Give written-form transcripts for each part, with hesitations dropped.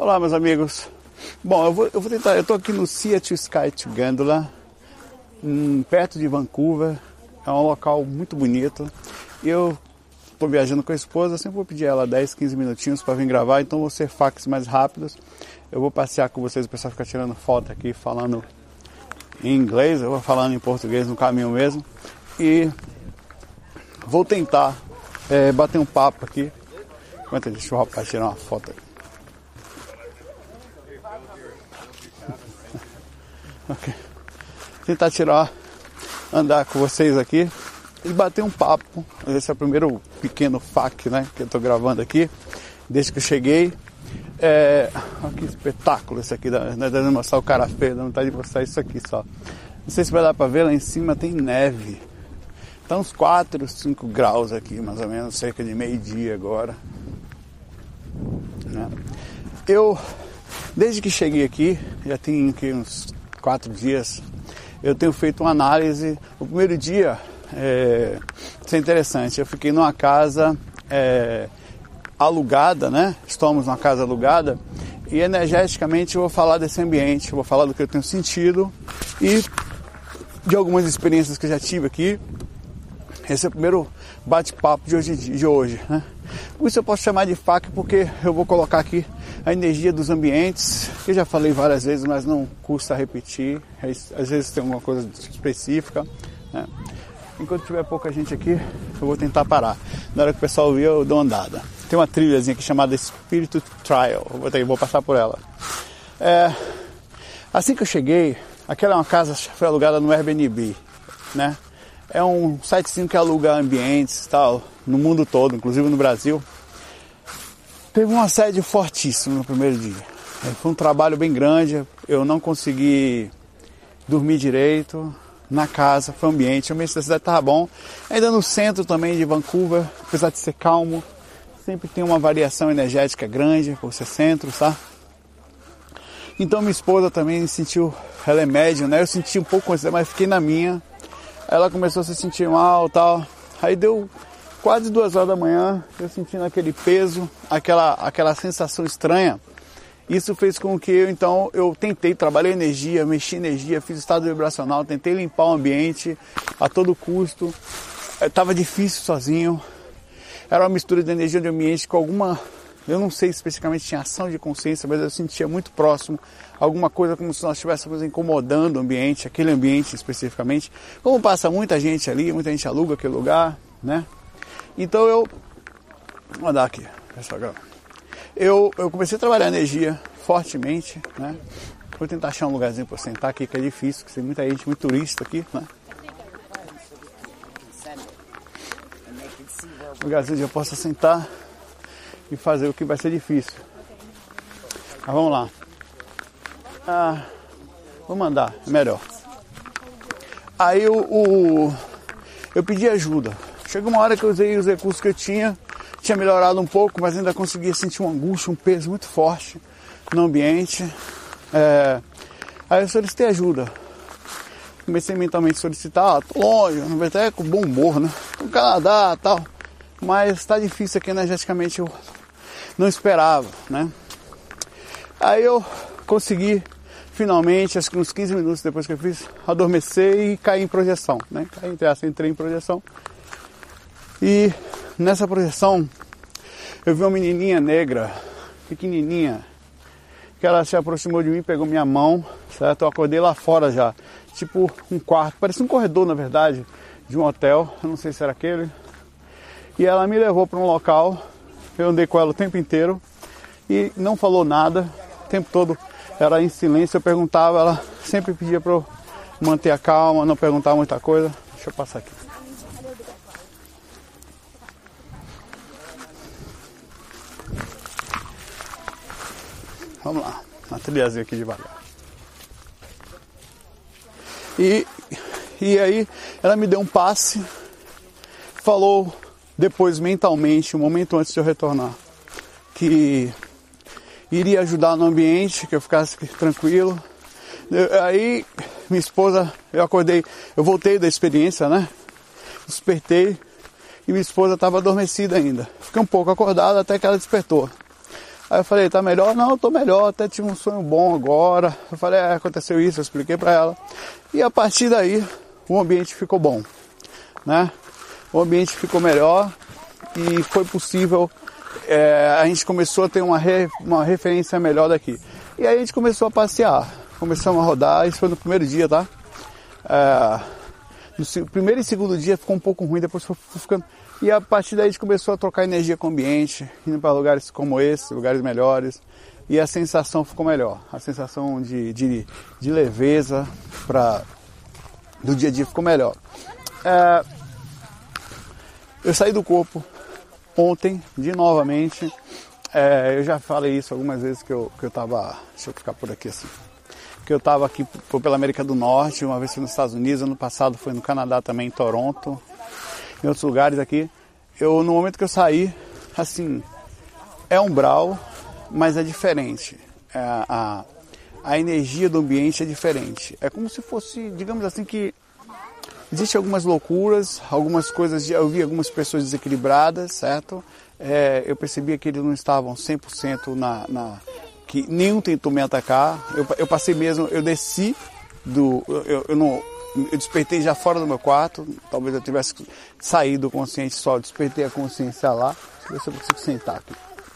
Olá, meus amigos. Bom, eu vou tentar. Eu estou aqui no Sea to Sky to Gondola, perto de Vancouver. É um local muito bonito. E eu estou viajando com a esposa. Sempre vou pedir ela 10, 15 minutinhos para vir gravar. Então vou ser fax mais rápidos. Eu vou passear com vocês. O pessoal fica tirando foto aqui, falando em inglês. Eu vou falando em português no caminho mesmo. E vou tentar bater um papo aqui. Deixa o rapaz tirar uma foto aqui. Okay. Tentar andar com vocês aqui e bater um papo. Esse é o primeiro pequeno FAQ, né, que eu estou gravando aqui, desde que eu cheguei. Olha que espetáculo esse aqui, dando mostrar o cara feio, dando vontade de mostrar isso aqui só. Não sei se vai dar para ver, lá em cima tem neve. Tá uns 4, 5 graus aqui, mais ou menos, cerca de meio-dia agora. Né? Desde que cheguei aqui, já tem aqui uns 4 dias, eu tenho feito uma análise. O primeiro dia, isso é interessante, eu fiquei numa casa alugada, né? Estamos numa casa alugada e energeticamente eu vou falar desse ambiente, vou falar do que eu tenho sentido e de algumas experiências que eu já tive aqui. Esse é o primeiro bate-papo de hoje, né? Por isso eu posso chamar de FAQ, porque eu vou colocar aqui a energia dos ambientes, que eu já falei várias vezes, mas não custa repetir. Às vezes tem alguma coisa específica, né? Enquanto tiver pouca gente aqui, eu vou tentar parar. Na hora que o pessoal vir, eu dou uma andada. Tem uma trilhazinha aqui chamada Spirit Trail, eu vou passar por ela. Assim que eu cheguei, aquela é uma casa que foi alugada no Airbnb, né? É um sitezinho que aluga ambientes e tal, no mundo todo, inclusive no Brasil. Teve um assédio fortíssimo no primeiro dia. Foi um trabalho bem grande, eu não consegui dormir direito na casa, foi um ambiente. O ambiente da cidade estava bom. Ainda no centro também de Vancouver, apesar de ser calmo, sempre tem uma variação energética grande por ser centro, tá? Então minha esposa também sentiu, ela é médium, né? Eu senti um pouco antes, mas fiquei na minha. Ela começou a se sentir mal e tal. Aí deu quase 2 horas da manhã, eu sentindo aquele peso, aquela sensação estranha. Isso fez com que eu tentei, trabalhei energia, mexi energia, fiz estado vibracional, tentei limpar o ambiente a todo custo. Estava difícil sozinho. Era uma mistura de energia de ambiente com alguma... Eu não sei especificamente se tinha ação de consciência, mas eu sentia muito próximo. Alguma coisa como se nós estivéssemos incomodando o ambiente, aquele ambiente especificamente. Como passa muita gente ali, muita gente aluga aquele lugar, né? Então vou andar aqui, pessoal. Eu comecei a trabalhar energia fortemente, né? Vou tentar achar um lugarzinho para sentar aqui, que é difícil, porque tem muita gente, muito turista aqui, né? Um lugarzinho onde eu possa sentar e fazer o que vai ser difícil. Mas vamos lá. Vamos andar, é melhor. Aí eu pedi ajuda. Chegou uma hora que eu usei os recursos que eu tinha melhorado um pouco, mas ainda conseguia sentir uma angústia, um peso muito forte no ambiente. Aí eu solicitei ajuda. Comecei mentalmente a solicitar, tô longe, até com bom humor, né? No Canadá e tal. Mas está difícil aqui energeticamente, eu não esperava, né? Aí eu consegui, finalmente, acho que uns 15 minutos depois que eu fiz, adormecer e cair em projeção, né? Entrei em projeção. E nessa projeção, eu vi uma menininha negra, pequenininha, que ela se aproximou de mim, pegou minha mão, certo? Eu acordei lá fora já, tipo um quarto, parecia um corredor, na verdade, de um hotel, eu não sei se era aquele. E ela me levou para um local, eu andei com ela o tempo inteiro e não falou nada, o tempo todo era em silêncio. Eu perguntava, ela sempre pedia para eu manter a calma, não perguntar muita coisa. Deixa eu passar aqui. Vamos lá, uma trilhazinha aqui devagar. E aí ela me deu um passe, falou depois mentalmente, um momento antes de eu retornar, que iria ajudar no ambiente, que eu ficasse tranquilo. Aí minha esposa, eu voltei da experiência, né? Despertei e minha esposa estava adormecida ainda. Fiquei um pouco acordado até que ela despertou. Aí eu falei, tá melhor? Não, eu tô melhor, até tive um sonho bom agora. Eu falei, aconteceu isso, eu expliquei pra ela. E a partir daí, o ambiente ficou bom, né? O ambiente ficou melhor e foi possível, a gente começou a ter uma referência melhor daqui. E aí a gente começou a passear, começamos a rodar, isso foi no primeiro dia, tá? No primeiro e segundo dia ficou um pouco ruim, depois foi ficando... E a partir daí a gente começou a trocar energia com o ambiente, indo para lugares como esse, lugares melhores. E a sensação ficou melhor. A sensação de leveza do dia a dia ficou melhor. Eu saí do corpo ontem, novamente. Eu já falei isso algumas vezes que eu tava... Deixa eu ficar por aqui assim. Que eu tava aqui pela América do Norte, uma vez fui nos Estados Unidos, ano passado foi no Canadá também, em Toronto. Em outros lugares aqui, no momento que eu saí, assim, é umbral, mas é diferente. A energia do ambiente é diferente. É como se fosse, digamos assim, que existem algumas loucuras, algumas coisas, eu vi algumas pessoas desequilibradas, certo? Eu percebia que eles não estavam 100% que nenhum tentou me atacar. Eu passei mesmo, eu desci eu despertei já fora do meu quarto, talvez eu tivesse saído consciente só, despertei a consciência lá. Deixa eu ver se eu consigo sentar aqui.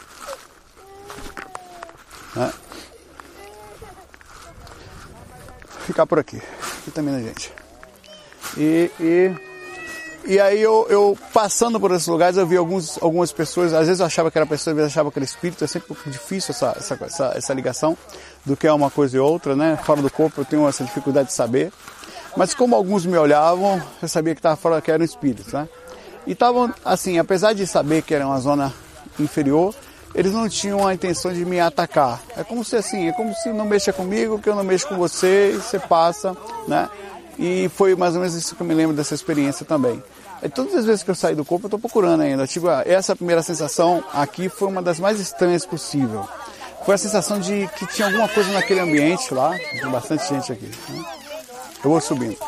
Ficar por aqui também, né, gente? E aí eu passando por esses lugares, eu vi algumas pessoas, às vezes eu achava que era pessoa, às vezes eu achava que era espírito, é sempre um pouco difícil essa ligação do que é uma coisa e outra, né? Fora do corpo eu tenho essa dificuldade de saber. Mas como alguns me olhavam, eu sabia que estava fora, que eram espíritos, né? E estavam, assim, apesar de saber que era uma zona inferior, eles não tinham a intenção de me atacar. É como se não mexa comigo, que eu não mexo com você, e você passa, né? E foi mais ou menos isso que eu me lembro dessa experiência também. E todas as vezes que eu saí do corpo, eu estou procurando ainda. Tipo, essa primeira sensação aqui foi uma das mais estranhas possível. Foi a sensação de que tinha alguma coisa naquele ambiente lá, tem bastante gente aqui, né? Eu vou subindo.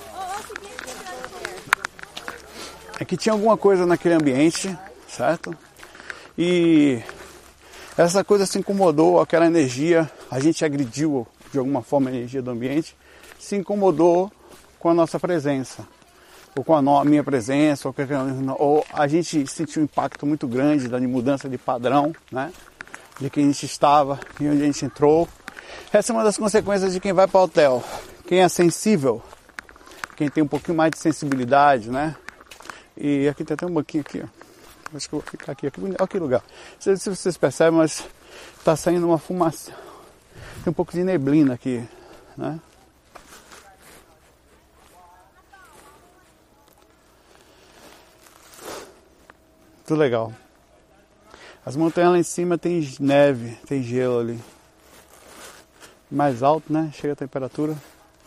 É que tinha alguma coisa naquele ambiente, certo? E essa coisa se incomodou, aquela energia, a gente agrediu de alguma forma a energia do ambiente, se incomodou com a nossa presença, ou com a minha presença, ou a gente sentiu um impacto muito grande da mudança de padrão, né? De quem a gente estava e onde a gente entrou. Essa é uma das consequências de quem vai para o hotel. Quem é sensível, quem tem um pouquinho mais de sensibilidade, né? E aqui tem até um banquinho aqui, ó. Acho que eu vou ficar aqui. Olha que lugar. Não sei se vocês percebem, mas está saindo uma fumaça. Tem um pouco de neblina aqui, né? Muito legal. As montanhas lá em cima tem neve, tem gelo ali. Mais alto, né? Chega a temperatura.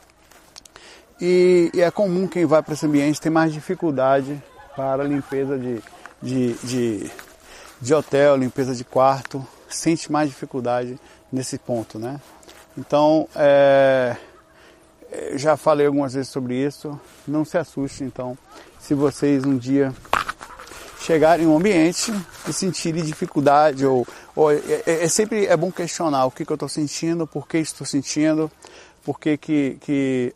E é comum quem vai para esse ambiente ter mais dificuldade para limpeza de hotel, limpeza de quarto, sente mais dificuldade nesse ponto, né? Então, já falei algumas vezes sobre isso, não se assuste então, se vocês um dia chegarem em um ambiente e sentirem dificuldade, sempre é bom questionar o que eu estou sentindo, por que estou sentindo, por que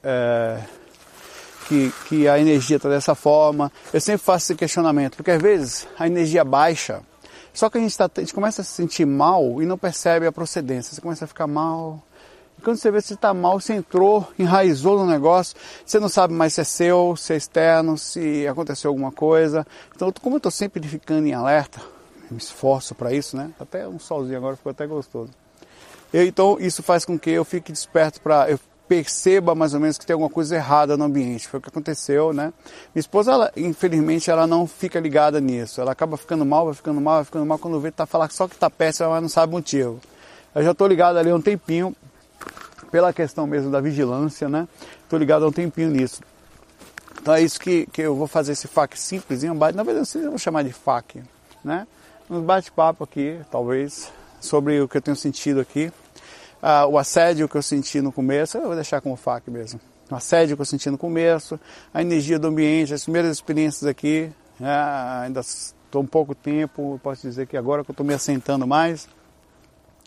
a energia está dessa forma. Eu sempre faço esse questionamento, porque às vezes a energia baixa, só que a gente começa a se sentir mal e não percebe a procedência, você começa a ficar mal. E quando você vê que você está mal, você entrou, enraizou no negócio, você não sabe mais se é seu, se é externo, se aconteceu alguma coisa. Então, como eu estou sempre ficando em alerta, me esforço para isso, né? Até um solzinho agora ficou até gostoso. Então, isso faz com que eu fique desperto eu perceba mais ou menos que tem alguma coisa errada no ambiente. Foi o que aconteceu, né? Minha esposa, infelizmente, ela não fica ligada nisso. Ela acaba ficando mal, vai ficando mal, quando vê, falar só que está péssimo, ela não sabe o motivo. Eu já estou ligado ali há um tempinho, pela questão mesmo da vigilância, né? Estou ligado há um tempinho nisso. Então é isso que eu vou fazer esse FAQ simplesinho, na verdade eu vou chamar de FAQ, né? Um bate-papo aqui, talvez, sobre o que eu tenho sentido aqui. O assédio que eu senti no começo, eu vou deixar como FAQ mesmo. O assédio que eu senti no começo, a energia do ambiente, as primeiras experiências aqui, ainda estou um pouco tempo, posso dizer que agora que eu estou me assentando mais,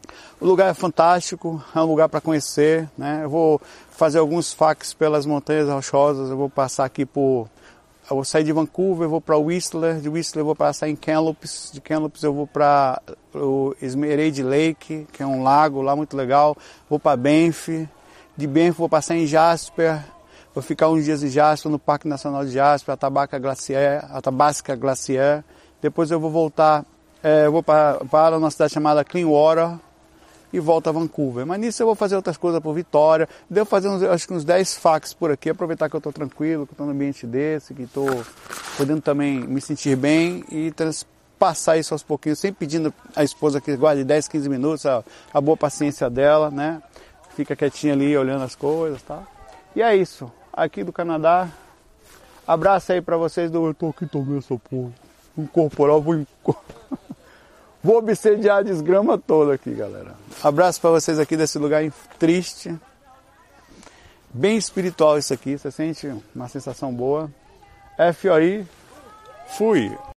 O lugar é fantástico, é um lugar para conhecer, né? Eu vou fazer alguns fax pelas Montanhas Rochosas, eu vou passar aqui por... Eu vou sair de Vancouver, eu vou para Whistler, de Whistler eu vou passar em Kamloops, de Kamloops eu vou para o Esmeralda Lake, que é um lago lá muito legal, vou para Banff, de Banff vou passar em Jasper, vou ficar uns dias em Jasper, no Parque Nacional de Jasper, Athabasca Glacier, depois eu vou voltar, eu vou para uma cidade chamada Clearwater, e volto a Vancouver. Mas nisso eu vou fazer outras coisas por Vitória. Devo fazer acho que uns 10 fax por aqui, aproveitar que eu estou tranquilo, que eu estou num ambiente desse, que estou podendo também me sentir bem e passar isso aos pouquinhos, sempre pedindo à esposa que guarde 10, 15 minutos, a boa paciência dela, né? Fica quietinha ali olhando as coisas, tá? E é isso. Aqui do Canadá. Abraço aí pra vocês do... Eu tô aqui tomando essa porra. Incorporar, vou obsediar a desgrama toda aqui, galera. Abraço para vocês aqui desse lugar triste. Bem espiritual isso aqui. Você sente uma sensação boa. FOI. Fui.